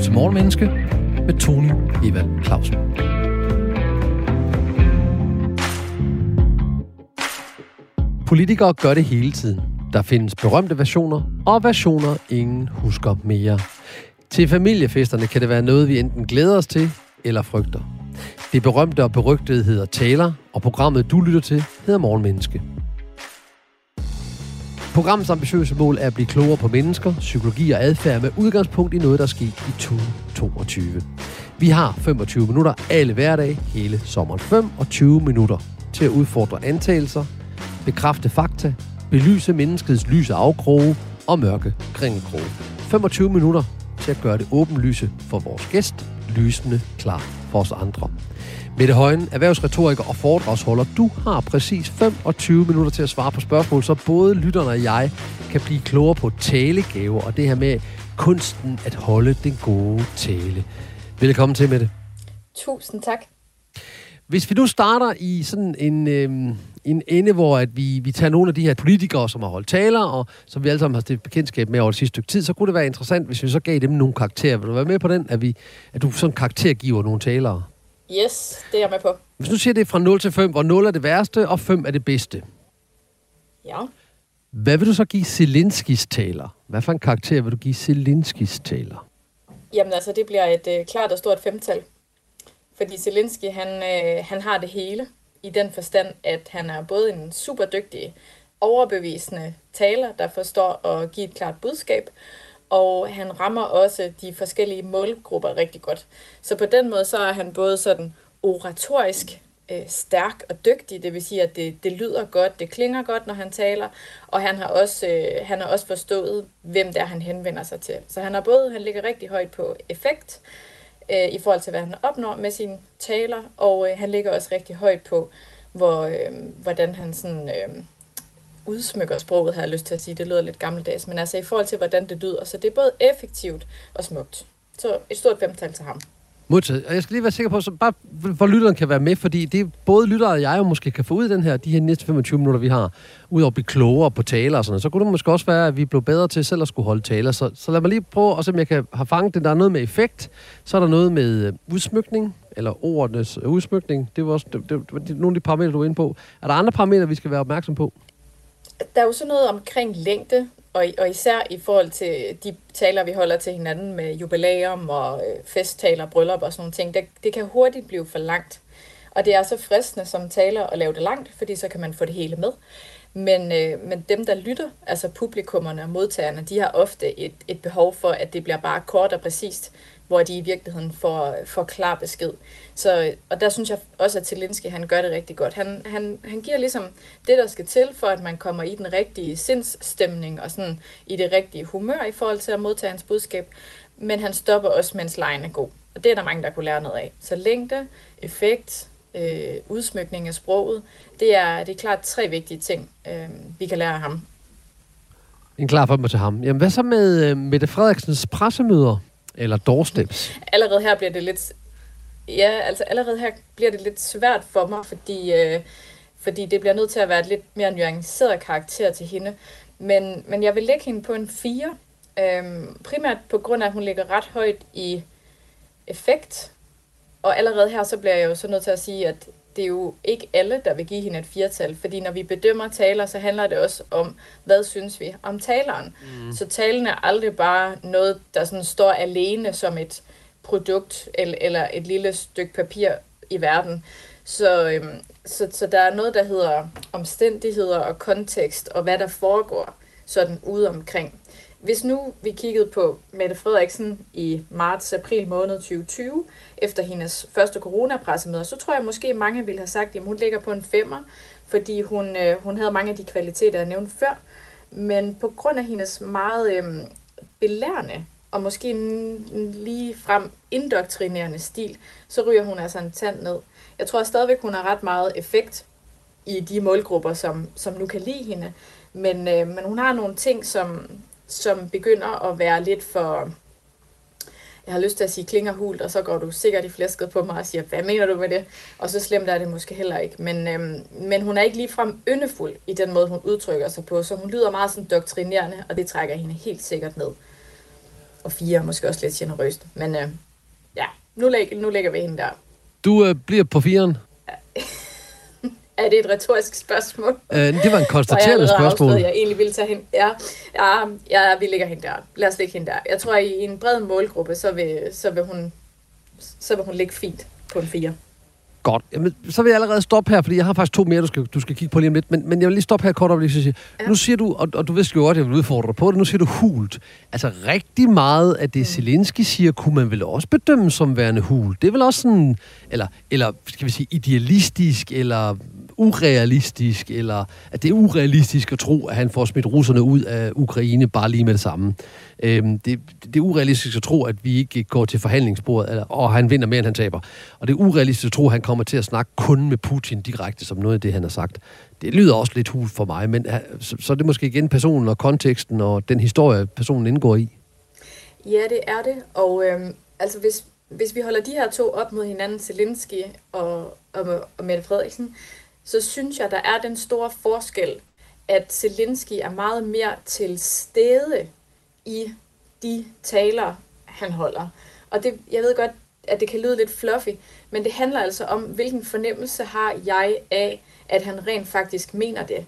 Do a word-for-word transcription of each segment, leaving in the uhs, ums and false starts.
til Morgenmenneske med Tony Evald Clausen. Politikere gør det hele tiden. Der findes berømte versioner, og versioner ingen husker mere. Til familiefesterne kan det være noget, vi enten glæder os til eller frygter. Det berømte og berygtede hedder Taler, og programmet, du lytter til, hedder Morgenmenneske. Programmets ambitiøse mål er at blive klogere på mennesker, psykologi og adfærd med udgangspunkt i noget, der er sket i tyve toogtyve. Vi har femogtyve minutter alle hverdage, hele sommeren. femogtyve minutter til at udfordre antagelser, bekræfte fakta, belyse menneskets lyse afkroge og mørke kringekroge. femogtyve minutter til at gøre det åbenlyse for vores gæst, lysende klar for os andre. Mette Højen, erhvervsretoriker og foredragsholder, du har præcis femogtyve minutter til at svare på spørgsmål, så både lytterne og jeg kan blive klogere på talegaver og det her med kunsten at holde den gode tale. Velkommen til, Mette. Tusind tak. Hvis vi nu starter i sådan en, øhm, en ende, hvor at vi, vi tager nogle af de her politikere, som har holdt taler, og som vi alle sammen har stiftet bekendtskab med over det sidste stykke tid, så kunne det være interessant, hvis vi så gav dem nogle karakterer. Vil du være med på den, at, vi, at du sådan karakter giver nogle talere? Yes, det er jeg med på. Hvis du siger det fra nul til fem, hvor nul er det værste, og fem er det bedste. Ja. Hvad vil du så give Zelenskis taler? Hvad for en karakter vil du give Zelenskis taler? Jamen altså, det bliver et øh, klart og stort femtal. Fordi Zelensky, han, øh, han har det hele i den forstand, at han er både en super dygtig, overbevisende taler, der forstår at give et klart budskab, og han rammer også de forskellige målgrupper rigtig godt. Så på den måde, så er han både sådan oratorisk øh, stærk og dygtig, det vil sige, at det, det lyder godt, det klinger godt, når han taler, og han har også, øh, han har også forstået, hvem det er, han henvender sig til. Så han har både, han ligger rigtig højt på effekt, øh, i forhold til, hvad han opnår med sine taler, og øh, han ligger også rigtig højt på, hvor, øh, hvordan han sådan... Øh, udsmykker sproget, har jeg lyst til at sige. Det lyder lidt gammeldags, men altså i forhold til, hvordan det lyder. Så det er både effektivt og smukt. Så et stort femtal til ham. Modtaget. Og jeg skal lige være sikker på, så bare hvor lytteren kan være med, fordi det er både lyttere og jeg jo måske kan få ud af den her, de her næste femogtyve minutter, vi har, ud over at blive klogere på taler og sådan noget. Så kunne det måske også være, at vi blev bedre til selv at skulle holde taler. Så, så lad mig lige prøve at se, om jeg kan have fanget det. Der er noget med effekt, så er der noget med udsmykning, eller ordenes udsmykning. Det var også det, det, det, nogle af de parametre, du er inde på. Er der andre parametre, vi skal være opmærksom på? Der er jo sådan noget omkring længde, og, og især i forhold til de taler, vi holder til hinanden med jubilæum og øh, festtaler, bryllup og sådan nogle ting. Det, det kan hurtigt blive for langt. Og det er så fristende som taler at lave det langt, fordi så kan man få det hele med. Men, øh, men dem, der lytter, altså publikummerne og modtagerne, de har ofte et, et behov for, at det bliver bare kort og præcist, hvor de i virkeligheden får, får klar besked. Så, og der synes jeg også, at Zelensky, han gør det rigtig godt. Han, han, han giver ligesom det, der skal til, for at man kommer i den rigtige sindsstemning og sådan i det rigtige humør i forhold til at modtage hans budskab. Men han stopper også, mens lejen er god. Og det er der mange, der kunne lære noget af. Så længde, effekt, øh, udsmykning af sproget, det er, det er klart tre vigtige ting, øh, vi kan lære af ham. En klar for mig til ham. Jamen, hvad så med øh, Mette Frederiksens pressemøder? Eller doorsteps? Allerede her bliver det lidt, ja, altså allerede her bliver det lidt svært for mig, fordi, øh, fordi det bliver nødt til at være et lidt mere nuanceret karakter til hende. Men, men jeg vil lægge hende på en fire, øh, primært på grund af, at hun ligger ret højt i effekt. Og allerede her, så bliver jeg jo så nødt til at sige, at det er jo ikke alle, der vil give hende et firtal, fordi når vi bedømmer taler, så handler det også om, hvad synes vi om taleren. Mm. Så talen er aldrig bare noget, der sådan står alene som et produkt eller, eller et lille stykke papir i verden. Så, øhm, så, så der er noget, der hedder omstændigheder og kontekst, og hvad der foregår sådan ude omkring. Hvis nu vi kiggede på Mette Frederiksen i marts-april måned tyve tyve, efter hendes første coronapressemøder, så tror jeg måske mange ville have sagt, at hun ligger på en femmer, fordi hun, øh, hun havde mange af de kvaliteter, jeg nævnte før. Men på grund af hendes meget øh, belærende og måske en lige frem indoktrinerende stil, så ryger hun altså en tand ned. Jeg tror stadigvæk, hun har ret meget effekt i de målgrupper, som, som nu kan lide hende. Men, øh, men hun har nogle ting, som... som begynder at være lidt for, jeg har lyst til at sige klingerhult, og så går du sikkert i flæsket på mig og siger, hvad mener du med det? Og så slemt er det måske heller ikke. Men, øhm, men hun er ikke ligefrem yndefuld i den måde, hun udtrykker sig på, så hun lyder meget sådan doktrinerende, og det trækker hende helt sikkert ned. og fire er måske også lidt generøst. Men øh, ja, nu, læg, nu lægger vi hende der. Du øh, bliver på firen? Er det et retorisk spørgsmål? Øh, det var en konstaterende spørgsmål. spørgsmål. Jeg egentlig ville tage hende. Ja, ja, ja, vi lægger hende der. Lad os lægge hende der. Jeg tror, at i en bred målgruppe, så vil, så vil, hun, så vil hun ligge fint på en fire. Godt. Jamen, så vil jeg allerede stoppe her, fordi jeg har faktisk to mere, du skal, du skal kigge på lige om lidt. Men, men jeg vil lige stoppe her kort op, lige så sige. Ja. Nu siger du, og, og du vidste jo godt, at jeg vil udfordre dig på det, nu siger du hult. Altså rigtig meget af det, Zelensky siger, kunne man vel også bedømme som værende hult. Det er vel også sådan, eller, eller skal vi sige, idealistisk, eller urealistisk, eller at det er urealistisk at tro, at han får smidt russerne ud af Ukraine bare lige med det samme. Øhm, det, det er urealistisk at tro, at vi ikke går til forhandlingsbordet, eller, og han vinder mere, end han taber. Og det er urealistisk at tro, at han kommer til at snakke kun med Putin direkte, som noget af det, han har sagt. Det lyder også lidt hult for mig, men så, så er det måske igen personen og konteksten og den historie, personen indgår i. Ja, det er det. Og øhm, altså hvis, hvis vi holder de her to op mod hinanden, Zelensky og, og, og Mette Frederiksen, så synes jeg, der er den store forskel, at Zelensky er meget mere til stede i de taler, han holder. Og det, jeg ved godt, at det kan lyde lidt fluffy, men det handler altså om, hvilken fornemmelse har jeg af, at han rent faktisk mener det,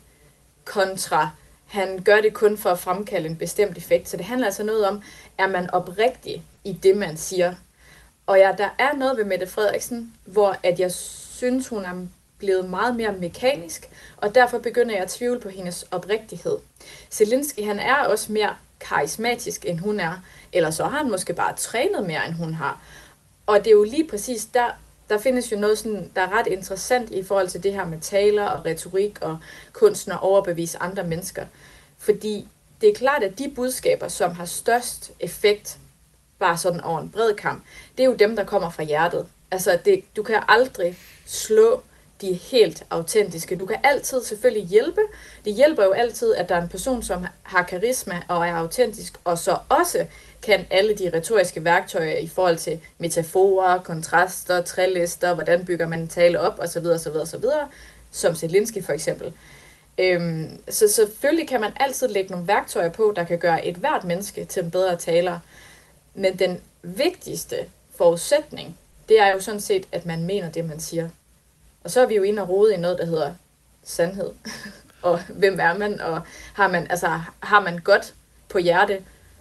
kontra han gør det kun for at fremkalde en bestemt effekt. Så det handler altså noget om, er man oprigtig i det, man siger. Og ja, der er noget ved Mette Frederiksen, hvor at jeg synes, hun er blevet meget mere mekanisk, og derfor begynder jeg at tvivle på hendes oprigtighed. Zelensky, han er også mere karismatisk, end hun er, eller så har han måske bare trænet mere, end hun har. Og det er jo lige præcis der, der findes jo noget, sådan, der er ret interessant i forhold til det her med taler og retorik og kunsten at overbevise andre mennesker. Fordi det er klart, at de budskaber, som har størst effekt, bare sådan over en bred kamp, det er jo dem, der kommer fra hjertet. Altså, det, du kan aldrig slå de helt autentiske. Du kan altid selvfølgelig hjælpe. Det hjælper jo altid, at der er en person, som har karisma og er autentisk, og så også kan alle de retoriske værktøjer i forhold til metaforer, kontraster, trælister, hvordan bygger man en tale op, osv., osv., osv., som Zelensky for eksempel. Øhm, så selvfølgelig kan man altid lægge nogle værktøjer på, der kan gøre et hvert menneske til en bedre taler. Men den vigtigste forudsætning, det er jo sådan set, at man mener det, man siger. Og så er vi jo inde og rode i noget, der hedder sandhed. Og hvem er man? Og har man, altså, har man godt på hjerte?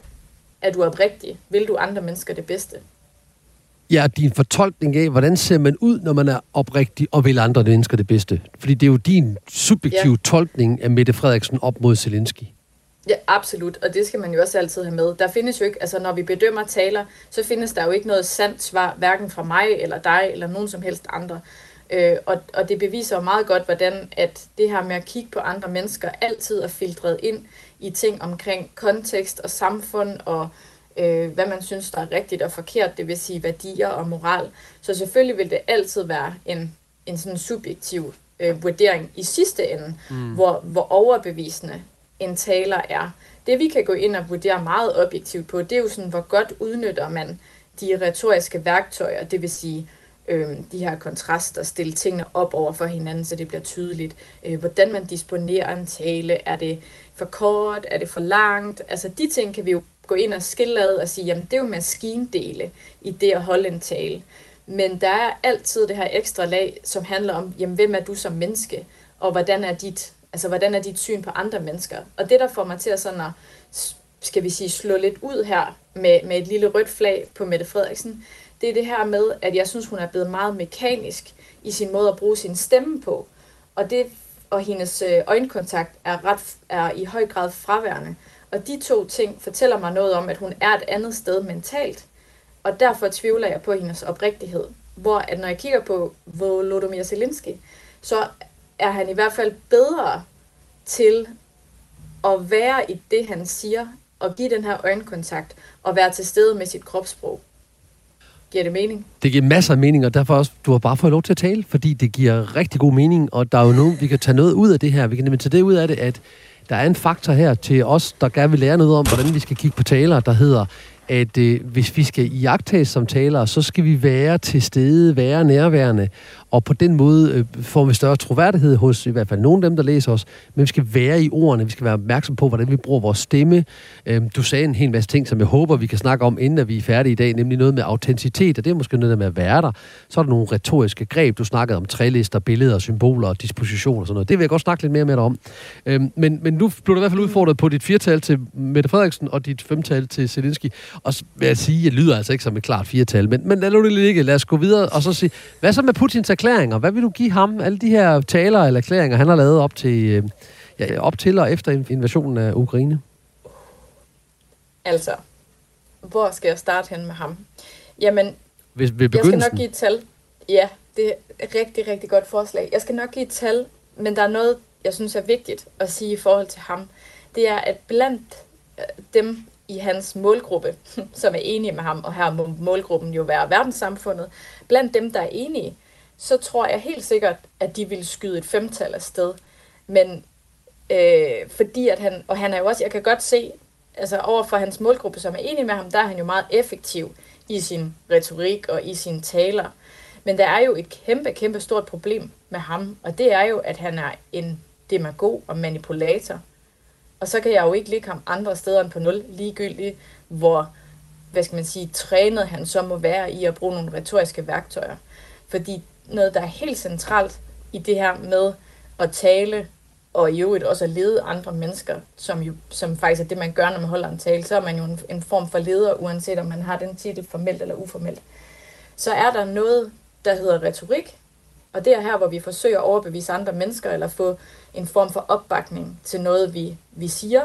Er du oprigtig? Vil du andre mennesker det bedste? Ja, din fortolkning af, hvordan ser man ud, når man er oprigtig og vil andre mennesker det bedste? Fordi det er jo din subjektive ja. tolkning af Mette Frederiksen op mod Zelensky. Ja, absolut. Og det skal man jo også altid have med. Der findes jo ikke, altså når vi bedømmer taler, så findes der jo ikke noget sandt svar, hverken fra mig eller dig eller nogen som helst andre. Øh, og, og det beviser jo meget godt, hvordan at det her med at kigge på andre mennesker altid er filtreret ind i ting omkring kontekst og samfund og øh, hvad man synes, der er rigtigt og forkert, det vil sige værdier og moral. Så selvfølgelig vil det altid være en, en sådan subjektiv øh, vurdering i sidste ende, mm. hvor, hvor overbevisende en taler er. Det vi kan gå ind og vurdere meget objektivt på, det er jo sådan, hvor godt udnytter man de retoriske værktøjer, det vil sige øh, de her kontraster, stille tingene op over for hinanden, så det bliver tydeligt. Øh, hvordan man disponerer en tale, er det for kort, er det for langt? Altså de ting kan vi jo gå ind og skille ad og sige, jamen det er jo maskindele i det at holde en tale. Men der er altid det her ekstra lag, som handler om, jamen hvem er du som menneske, og hvordan er dit Altså, hvordan er dit syn på andre mennesker? Og det, der får mig til at sådan at, skal vi sige, slå lidt ud her med, med et lille rødt flag på Mette Frederiksen, det er det her med, at jeg synes, hun er blevet meget mekanisk i sin måde at bruge sin stemme på. Og det og hendes øjenkontakt er, ret, er i høj grad fraværende. Og de to ting fortæller mig noget om, at hun er et andet sted mentalt. Og derfor tvivler jeg på hendes oprigtighed. Hvor at når jeg kigger på Volodymyr Zelensky, så er han i hvert fald bedre til at være i det, han siger, og give den her øjenkontakt, og være til stede med sit kropssprog. Giver det mening? Det giver masser af mening, og derfor også, du har bare fået lov til at tale, fordi det giver rigtig god mening, og der er jo nogen, vi kan tage noget ud af det her. Vi kan nemlig tage det ud af det, at der er en faktor her til os, der gerne vil lære noget om, hvordan vi skal kigge på taler, der hedder, at øh, hvis vi skal iagttages som talere, så skal vi være til stede, være nærværende, og på den måde øh, får vi større troværdighed hos i hvert fald nogle af dem, der læser os, men vi skal være i ordene, vi skal være opmærksom på, hvordan vi bruger vores stemme. Øh, du sagde en hel masse ting, som jeg håber, vi kan snakke om, inden vi er færdige i dag, nemlig noget med autenticitet, og det er måske noget med at være der. Så er der nogle retoriske greb, du snakkede om trælister, billeder, symboler og dispositioner og sådan noget. Det vil jeg godt snakke lidt mere med dig om. Øh, men, men nu blev du i hvert fald udfordret på dit firetal til Mette Frederiksen og dit femtal til Zelensky. Og så vil jeg sige, at det lyder altså ikke som et klart firetal, men, men lad nu det ligge. Lad os gå videre og så sige, hvad så med Putins erklæringer? Hvad vil du give ham? Alle de her taler eller erklæringer, han har lavet op til, ja, op til og efter invasionen af Ukraine? Altså, hvor skal jeg starte hen med ham? Jamen, ved, ved jeg skal nok give et tal. Ja, det er et rigtig, rigtig godt forslag. Jeg skal nok give et tal, men der er noget, jeg synes er vigtigt at sige i forhold til ham. Det er, at blandt dem i hans målgruppe, som er enige med ham, og her må målgruppen jo være verdenssamfundet, blandt dem, der er enige, så tror jeg helt sikkert, at de vil skyde et femtal afsted. Men øh, fordi at han, og han er jo også, jeg kan godt se, altså over for hans målgruppe, som er enige med ham, der er han jo meget effektiv i sin retorik og i sine taler. Men der er jo et kæmpe, kæmpe stort problem med ham, og det er jo, at han er en demagog og manipulator. Og så kan jeg jo ikke ligge ham andre steder end på nul, ligegyldigt, hvor, hvad skal man sige, trænet han så må være i at bruge nogle retoriske værktøjer. Fordi noget, der er helt centralt i det her med at tale, og i øvrigt også at lede andre mennesker, som jo som faktisk er det, man gør, når man holder en tale, så er man jo en, en form for leder, uanset om man har den titel formelt eller uformelt. Så er der noget, der hedder retorik, og det er her, hvor vi forsøger at overbevise andre mennesker, eller få en form for opbakning til noget, vi, vi siger.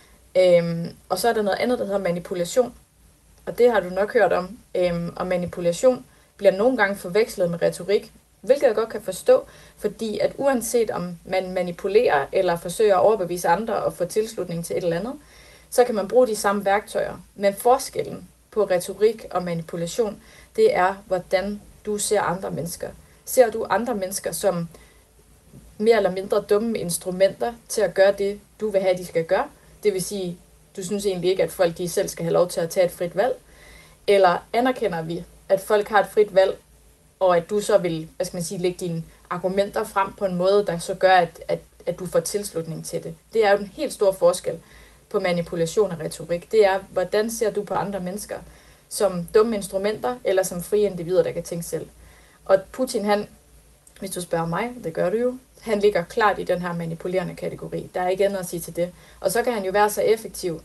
Øhm, og så er der noget andet, der hedder manipulation, og det har du nok hørt om. Øhm, og manipulation bliver nogle gange forvekslet med retorik, hvilket jeg godt kan forstå, fordi at uanset om man manipulerer eller forsøger at overbevise andre og få tilslutning til et eller andet, så kan man bruge de samme værktøjer. Men forskellen på retorik og manipulation, det er, hvordan du ser andre mennesker. Ser du andre mennesker som mere eller mindre dumme instrumenter til at gøre det, du vil have, de skal gøre? Det vil sige, du synes egentlig ikke, at folk de selv skal have lov til at tage et frit valg? Eller anerkender vi, at folk har et frit valg, og at du så vil, hvad skal man sige, lægge dine argumenter frem på en måde, der så gør, at, at, at du får tilslutning til det? Det er jo en helt stor forskel på manipulation og retorik. Det er, hvordan ser du på andre mennesker som dumme instrumenter, eller som frie individer, der kan tænke selv? Og Putin, han, hvis du spørger mig, det gør du jo, han ligger klart i den her manipulerende kategori. Der er ikke andet at sige til det. Og så kan han jo være så effektiv.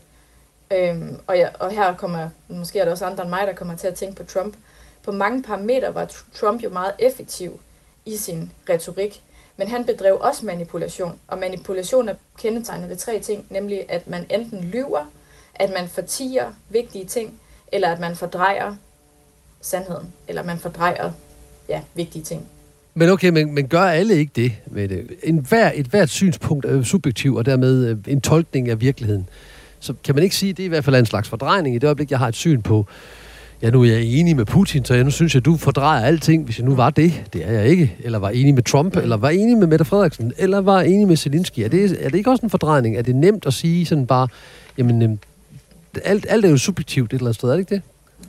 Øhm, og, ja, og her kommer, måske er der også andre end mig, der kommer til at tænke på Trump. På mange parametre var Trump jo meget effektiv i sin retorik. Men han bedrev også manipulation. Og manipulation er kendetegnet ved tre ting. Nemlig at man enten lyver, at man fortier vigtige ting, eller at man fordrejer sandheden. Eller man fordrejer ja, vigtige ting. Men okay, men, men gør alle ikke det med det? En hver, et hvert synspunkt er subjektiv, og dermed en tolkning af virkeligheden. Så kan man ikke sige, at det i hvert fald er en slags fordrejning i det øjeblik, jeg har et syn på, ja, nu er jeg enig med Putin, så jeg nu synes, at du fordrejer alting, hvis jeg nu var det. Det er jeg ikke. Eller var enig med Trump, eller var enig med Mette Frederiksen, eller var enig med Zelensky. Er det, er det ikke også en fordrejning? Er det nemt at sige sådan bare, jamen, alt, alt er jo subjektivt et eller andet sted, er det ikke det?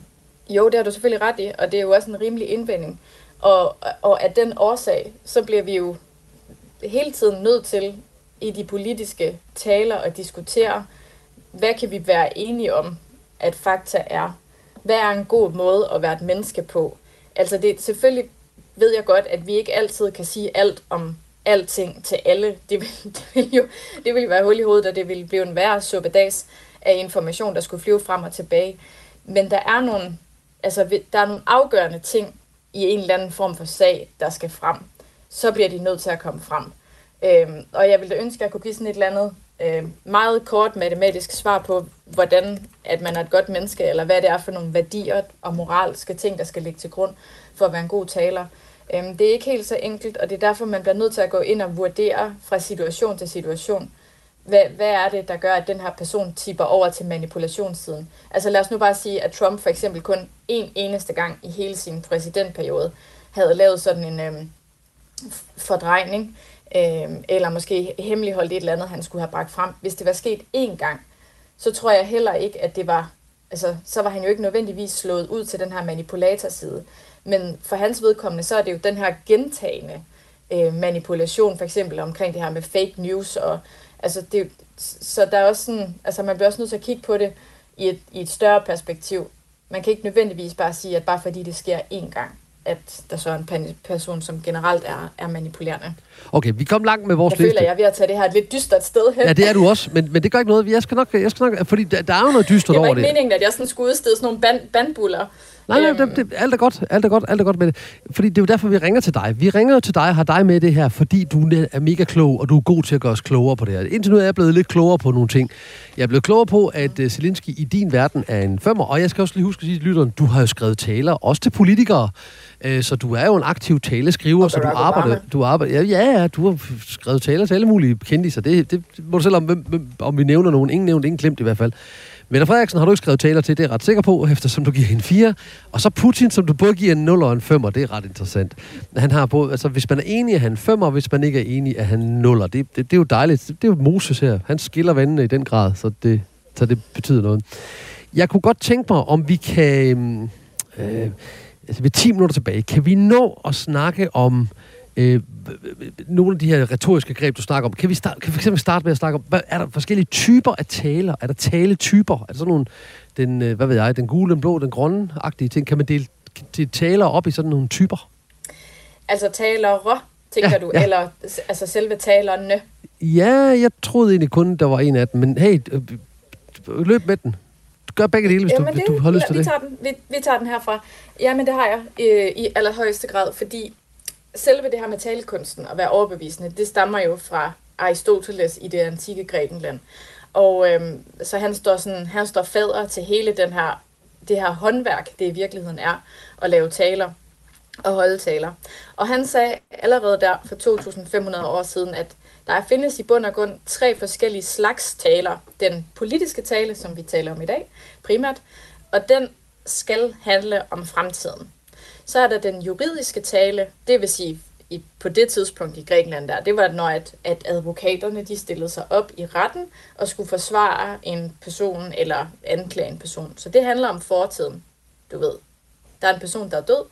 Jo, det har du selvfølgelig ret i, og det er jo også en rimelig indvending. Og, og af den årsag, så bliver vi jo hele tiden nødt til i de politiske taler at diskutere, hvad kan vi være enige om, at fakta er? Hvad er en god måde at være et menneske på? Altså det, selvfølgelig ved jeg godt, at vi ikke altid kan sige alt om alting til alle. Det vil, det vil jo det vil være hul i hovedet, og det vil blive en værre suppedags af information, der skulle flyve frem og tilbage. Men der er nogle, altså, der er nogle afgørende ting i en eller anden form for sag, der skal frem. Så bliver de nødt til at komme frem. Øhm, og jeg ville da ønske, at jeg kunne give sådan et eller andet øh, meget kort matematisk svar på, hvordan at man er et godt menneske, eller hvad det er for nogle værdier og moralske ting, der skal ligge til grund for at være en god taler. Øhm, det er ikke helt så enkelt, og det er derfor, man bliver nødt til at gå ind og vurdere fra situation til situation, hvad, hvad er det, der gør, at den her person tipper over til manipulationssiden. Altså lad os nu bare sige, at Trump for eksempel kun en eneste gang i hele sin præsidentperiode havde lavet sådan en øhm, fordrejning, øhm, eller måske hemmeligholdt et eller andet, han skulle have bragt frem. Hvis det var sket én gang, så tror jeg heller ikke, at det var altså, så var han jo ikke nødvendigvis slået ud til den her manipulatorside. Men for hans vedkommende, så er det jo den her gentagende øh, manipulation, for eksempel omkring det her med fake news. Og, altså, det, så der er også sådan, altså, man bliver også nødt til at kigge på det i et, i et større perspektiv. Man kan ikke nødvendigvis bare sige, at bare fordi det sker én gang, at der så er en person, som generelt er, er manipulerende. Okay, vi kom langt med vores liste. Jeg føler, liste. jeg er ved at tage det her et lidt dystert sted hen. Ja, det er du også, men, men det gør ikke noget. Jeg skal nok, jeg skal nok fordi der, der er jo noget dystert over det. Det var ikke meningen, at jeg sådan skulle udstede sådan nogle band, bandbuller. Nej, nej, det, det, alt er godt, alt er godt, alt er godt med det. Fordi det er jo derfor, vi ringer til dig. Vi ringer til dig og har dig med det her, fordi du er mega klog, og du er god til at gøre os klogere på det her. Indtil nu er jeg blevet lidt klogere på nogle ting. Jeg er blevet klogere på, at uh, Zelensky i din verden er en femmer, og jeg skal også lige huske at sige til lytteren, du har jo skrevet taler, også til politikere, uh, så du er jo en aktiv taleskriver, så du arbejder, du arbejder, ja, ja, ja, du har skrevet taler til alle mulige kendiser. Det, det, det må du selv om, hvem, om vi nævner nogen. Ingen nævnt, ingen glemt i hvert fald. Mette Frederiksen har du ikke skrevet taler til, det er jeg ret sikker på, eftersom du giver en fire. Og så Putin, som du både giver en nul og en femmer, det er ret interessant. Han har både, altså hvis man er enig, er han femmer, og hvis man ikke er enig, er han nuller. Det, det, det er jo dejligt. Det, det er jo Moses her. Han skiller vandene i den grad, så det, så det betyder noget. Jeg kunne godt tænke mig, om vi kan, øh, altså ved ti minutter tilbage, kan vi nå at snakke om Øh, nogle af de her retoriske greb, du snakker om. Kan vi, start, kan vi for eksempel starte med at snakke om, hvad, er der forskellige typer af taler? Er der taletyper? Er der sådan nogle, den, øh, hvad ved jeg, den gule, den blå, den grønne-agtige ting? Kan man dele, dele taler op i sådan nogle typer? Altså talere, tænker ja, du? Ja. Eller altså selve talerne? Ja, jeg troede egentlig kun, der var en af dem. Men hey, øh, løb med den. Gør begge dele, hvis, du, det, hvis du har lyst til vi det. Tager den, vi, vi tager den herfra. Jamen, det har jeg øh, i allerhøjeste grad, fordi selve det her med talekunsten at være overbevisende, det stammer jo fra Aristoteles i det antikke Grækenland. Og øhm, så han står sådan, han står fader til hele den her, det her håndværk, det i virkeligheden er, at lave taler og holde taler. Og han sagde allerede der for to tusind fem hundrede år siden, at der findes i bund og grund tre forskellige slags taler. Den politiske tale, som vi taler om i dag, primært, og den skal handle om fremtiden. Så er der den juridiske tale, det vil sige i, på det tidspunkt i Grækenland der, det var når at, at advokaterne de stillede sig op i retten og skulle forsvare en person eller anklage en person. Så det handler om fortiden, du ved. Der er en person, der er død.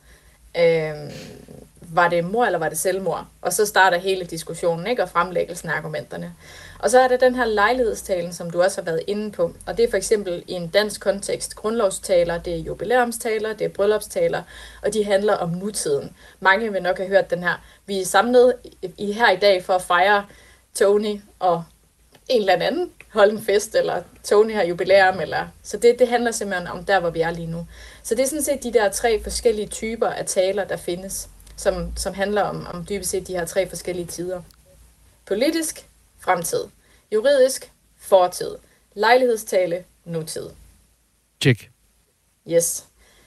Øhm, var det mor eller var det selvmord? Og så starter hele diskussionen, ikke? Og fremlæggelsen af argumenterne. Og så er der den her lejlighedstalen, som du også har været inde på. Og det er for eksempel i en dansk kontekst grundlovstaler, det er jubilæumstaler, det er bryllupstaler, og de handler om nutiden. Mange vil nok have hørt den her. Vi er samlet i, her i dag for at fejre Tony og en eller anden holde en fest, eller Tony har jubilæum, eller... Så det, det handler simpelthen om der, hvor vi er lige nu. Så det er sådan set de der tre forskellige typer af taler, der findes, som, som handler om, om dybest set de her tre forskellige tider. Politisk, fremtid. Juridisk, fortid. Lejlighedstale, nutid. Check. Yes.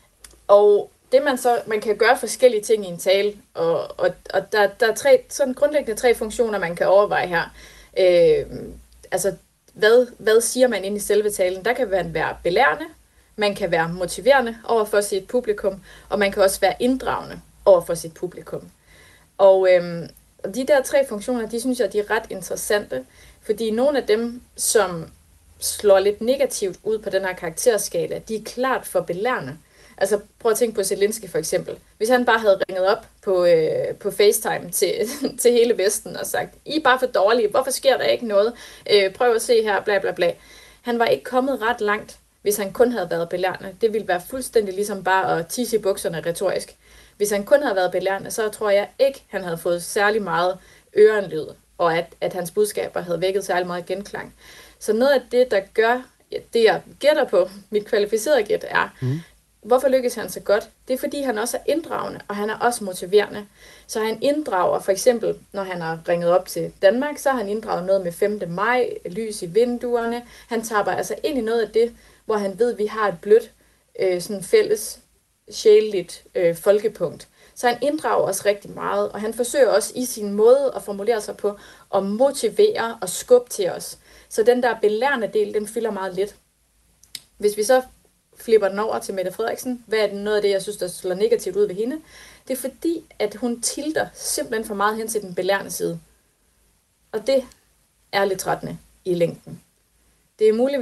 Og det man så, man kan gøre forskellige ting i en tale, og, og, og der, der er tre, sådan grundlæggende tre funktioner, man kan overveje her. Øh, altså, hvad, hvad siger man inde i selve talen? Der kan man være belærende, man kan være motiverende over for sit publikum, og man kan også være inddragende over for sit publikum. Og øhm, de der tre funktioner, de synes jeg, de er ret interessante, fordi nogle af dem, som slår lidt negativt ud på den her karakterskala, de er klart for belærende. Altså prøv at tænke på Zelensky for eksempel. Hvis han bare havde ringet op på, øh, på FaceTime til, til hele Vesten og sagt, I er bare for dårlige, hvorfor sker der ikke noget? Øh, prøv at se her, bla bla bla. Han var ikke kommet ret langt, hvis han kun havde været belærende. Det ville være fuldstændig ligesom bare at tisse i bukserne retorisk. Hvis han kun havde været belærende, så tror jeg ikke, han havde fået særlig meget ørenlyd, og at, at hans budskaber havde vækket særlig meget genklang. Så noget af det, der gør, det jeg gætter på, mit kvalificerede gæt er, mm. hvorfor lykkes han så godt? Det er fordi, han også er inddragende, og han er også motiverende. Så han inddrager, for eksempel, når han har ringet op til Danmark, så har han inddraget noget med femte maj, lys i vinduerne. Han taber altså ind i noget af det, hvor han ved, at vi har et blødt, øh, sådan fælles, sjæleligt øh, folkepunkt. Så han inddrager os rigtig meget, og han forsøger også i sin måde at formulere sig på, at motivere og skubbe til os. Så den der belærende del, den fylder meget lidt. Hvis vi så flipper den over til Mette Frederiksen, hvad er det noget af det, jeg synes, der slår negativt ud ved hende? Det er fordi, at hun tilter simpelthen for meget hen til den belærende side. Og det er lidt trættende i længden. Det er muligvis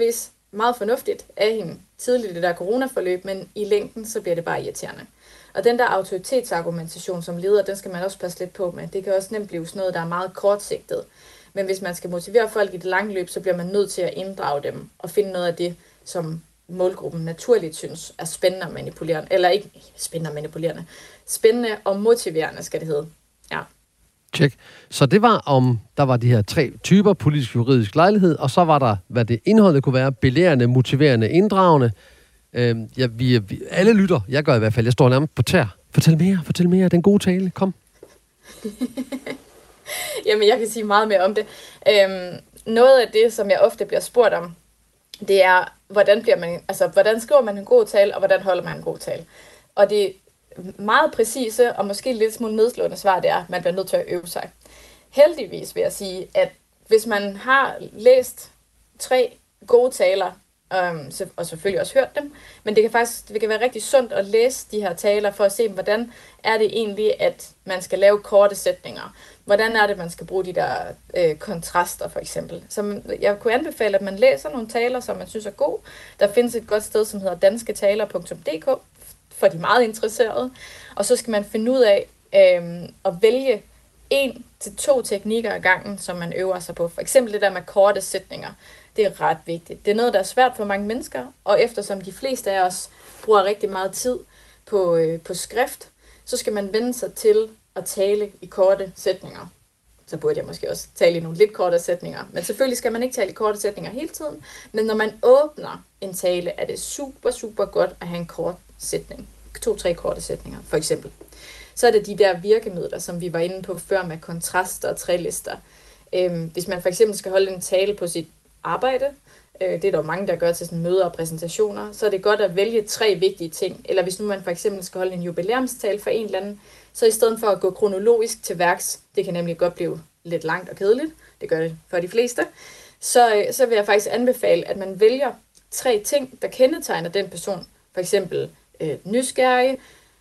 meget fornuftigt af hende tidligt i det der coronaforløb, men i længden, så bliver det bare irriterende. Og den der autoritetsargumentation som leder, den skal man også passe lidt på med. Det kan også nemt blive sådan noget, der er meget kortsigtet. Men hvis man skal motivere folk i det lange løb, så bliver man nødt til at inddrage dem og finde noget af det, som målgruppen naturligt synes er spændende og manipulerende. Eller ikke spændende og manipulerende. Spændende og motiverende, skal det hedde. Ja. Check. Så det var om, der var de her tre typer, politisk, juridisk, lejlighed, og så var der, hvad det indholdet kunne være, belærende, motiverende, inddragende. Øhm, ja, vi, vi, alle lytter, jeg gør i hvert fald, jeg står nærmest på tær. Fortæl mere, fortæl mere, den gode tale, kom. Jamen, jeg kan sige meget mere om det. Øhm, noget af det, som jeg ofte bliver spurgt om, det er, hvordan, bliver man, altså, hvordan skriver man en god tale, og hvordan holder man en god tale. Og det meget præcise, og måske lidt smule nedslående svar, det er, at man bliver nødt til at øve sig. Heldigvis vil jeg sige, at hvis man har læst tre gode taler, Um, og selvfølgelig også hørt dem, men det kan faktisk det kan være rigtig sundt at læse de her taler for at se, hvordan er det egentlig, at man skal lave korte sætninger. Hvordan er det, man skal bruge de der øh, kontraster, for eksempel. Så jeg kunne anbefale, at man læser nogle taler, som man synes er god. Der findes et godt sted, som hedder dansketaler punktum d k for de meget interesserede. Og så skal man finde ud af øh, at vælge en til to teknikker ad gangen, som man øver sig på. For eksempel det der med korte sætninger. Det er ret vigtigt. Det er noget, der er svært for mange mennesker, og eftersom de fleste af os bruger rigtig meget tid på, øh, på skrift, så skal man vende sig til at tale i korte sætninger. Så burde jeg måske også tale i nogle lidt korte sætninger. Men selvfølgelig skal man ikke tale i korte sætninger hele tiden. Men når man åbner en tale, er det super, super godt at have en kort sætning. To-tre korte sætninger, for eksempel. Så er det de der virkemidler, som vi var inde på før med kontraster og trælister. Øhm, hvis man for eksempel skal holde en tale på sit arbejde, det er der jo mange, der gør til sådan møder og præsentationer, så er det godt at vælge tre vigtige ting. Eller hvis nu man for eksempel skal holde en jubilæumstale for en eller anden, så i stedet for at gå kronologisk til værks, det kan nemlig godt blive lidt langt og kedeligt, det gør det for de fleste, så, så vil jeg faktisk anbefale, at man vælger tre ting, der kendetegner den person. For eksempel øh, nysgerrig,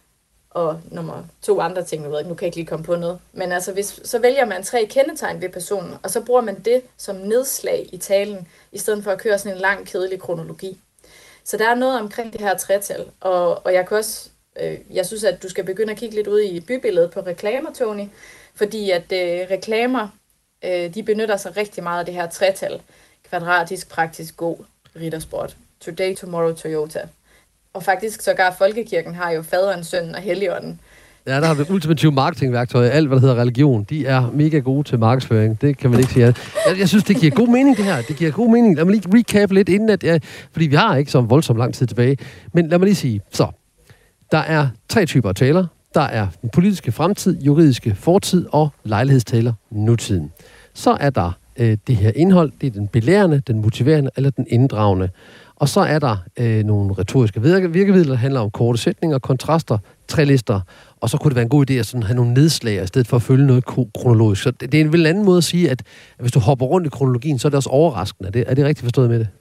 og nummer to andre ting, jeg ved ikke, nu kan jeg ikke lige komme på noget. Men altså, hvis, så vælger man tre kendetegn ved personen, og så bruger man det som nedslag i talen, i stedet for at køre sådan en lang, kedelig kronologi. Så der er noget omkring det her tretal, og, og jeg kan også, øh, jeg synes, at du skal begynde at kigge lidt ud i bybilledet på reklamer, Tony, fordi at øh, reklamer, øh, de benytter sig rigtig meget af det her tretal. Kvadratisk, praktisk, god, riddersport. Today, tomorrow, Toyota. Og faktisk sågar Folkekirken har jo faderen, sønnen og helligånden. Ja, der har det ultimative marketingværktøj. Alt, hvad der hedder religion, de er mega gode til markedsføring. Det kan man ikke sige. Jeg, jeg synes, det giver god mening, det her. Det giver god mening. Lad mig lige recap lidt inden, at jeg, fordi vi har ikke så voldsomt lang tid tilbage. Men lad mig lige sige, så. Der er tre typer taler. Der er den politiske fremtid, juridiske fortid og lejlighedstaler nutiden. Så er der øh, det her indhold. Det er den belærende, den motiverende eller den inddragende. Og så er der øh, nogle retoriske virkemidler, der handler om korte sætninger, kontraster, trælister, og så kunne det være en god idé at sådan have nogle nedslag, i stedet for at følge noget kronologisk. Så det, det er en vel anden måde at sige, at hvis du hopper rundt i kronologien, så er det også overraskende. Er det, er det rigtigt forstået med det?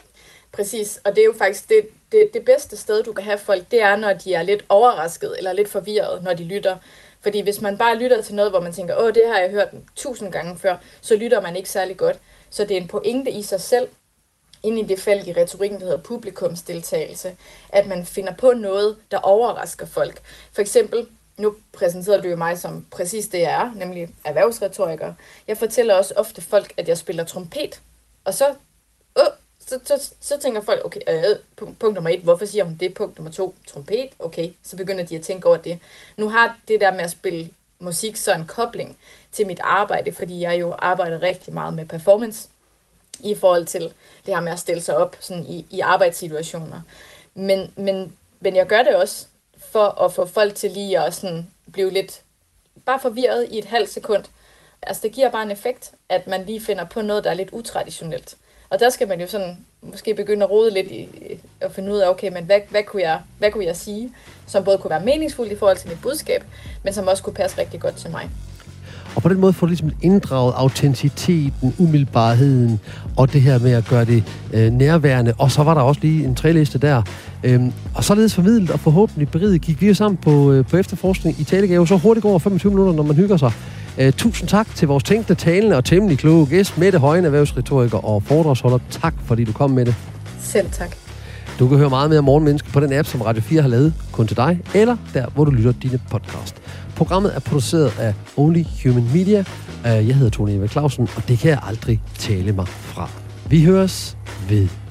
Præcis, og det er jo faktisk det, det, det bedste sted, du kan have folk, det er, når de er lidt overrasket eller lidt forvirret, når de lytter. Fordi hvis man bare lytter til noget, hvor man tænker, åh, det har jeg hørt tusind gange før, så lytter man ikke særlig godt. Så det er en pointe i sig selv, inde i det felt i retorikken, der hedder publikumsdeltagelse, at man finder på noget, der overrasker folk. For eksempel, nu præsenterer du jo mig som præcis det, jeg er, nemlig erhvervsretoriker. Jeg fortæller også ofte folk, at jeg spiller trompet, og så, øh, så, så, så tænker folk, okay, øh, punkt nummer et, hvorfor siger hun det? Punkt nummer to, trompet, okay, så begynder de at tænke over det. Nu har det der med at spille musik så en kobling til mit arbejde, fordi jeg jo arbejder rigtig meget med performance, i forhold til det her med at stille sig op sådan i, i arbejdssituationer. Men, men, men jeg gør det også for at få folk til lige at sådan blive lidt bare forvirret i et halvt sekund. Altså det giver bare en effekt, at man lige finder på noget, der er lidt utraditionelt. Og der skal man jo sådan måske begynde at rode lidt i, og finde ud af, okay, men hvad, hvad, kunne jeg, hvad kunne jeg sige, som både kunne være meningsfuldt i forhold til mit budskab, men som også kunne passe rigtig godt til mig. Og på den måde får du ligesom inddraget autenticiteten, umiddelbarheden og det her med at gøre det øh, nærværende. Og så var der også lige en træliste der. Øhm, og således formidlet og forhåbentlig beriget gik vi sammen på, øh, på efterforskning i talegave. Så hurtigt går over femogtyve minutter, når man hygger sig. Øh, tusind tak til vores tænkte, talende og temmelig kloge gæst, Mette Højen, erhvervsretoriker og foredragsholder. Tak, fordi du kom med det. Selv tak. Du kan høre meget mere Morgenmenneske på den app, som Radio fire har lavet kun til dig, eller der, hvor du lytter dine podcast. Programmet er produceret af Only Human Media. Jeg hedder Tony Eva Clausen, og det kan jeg aldrig tale mig fra. Vi høres ved.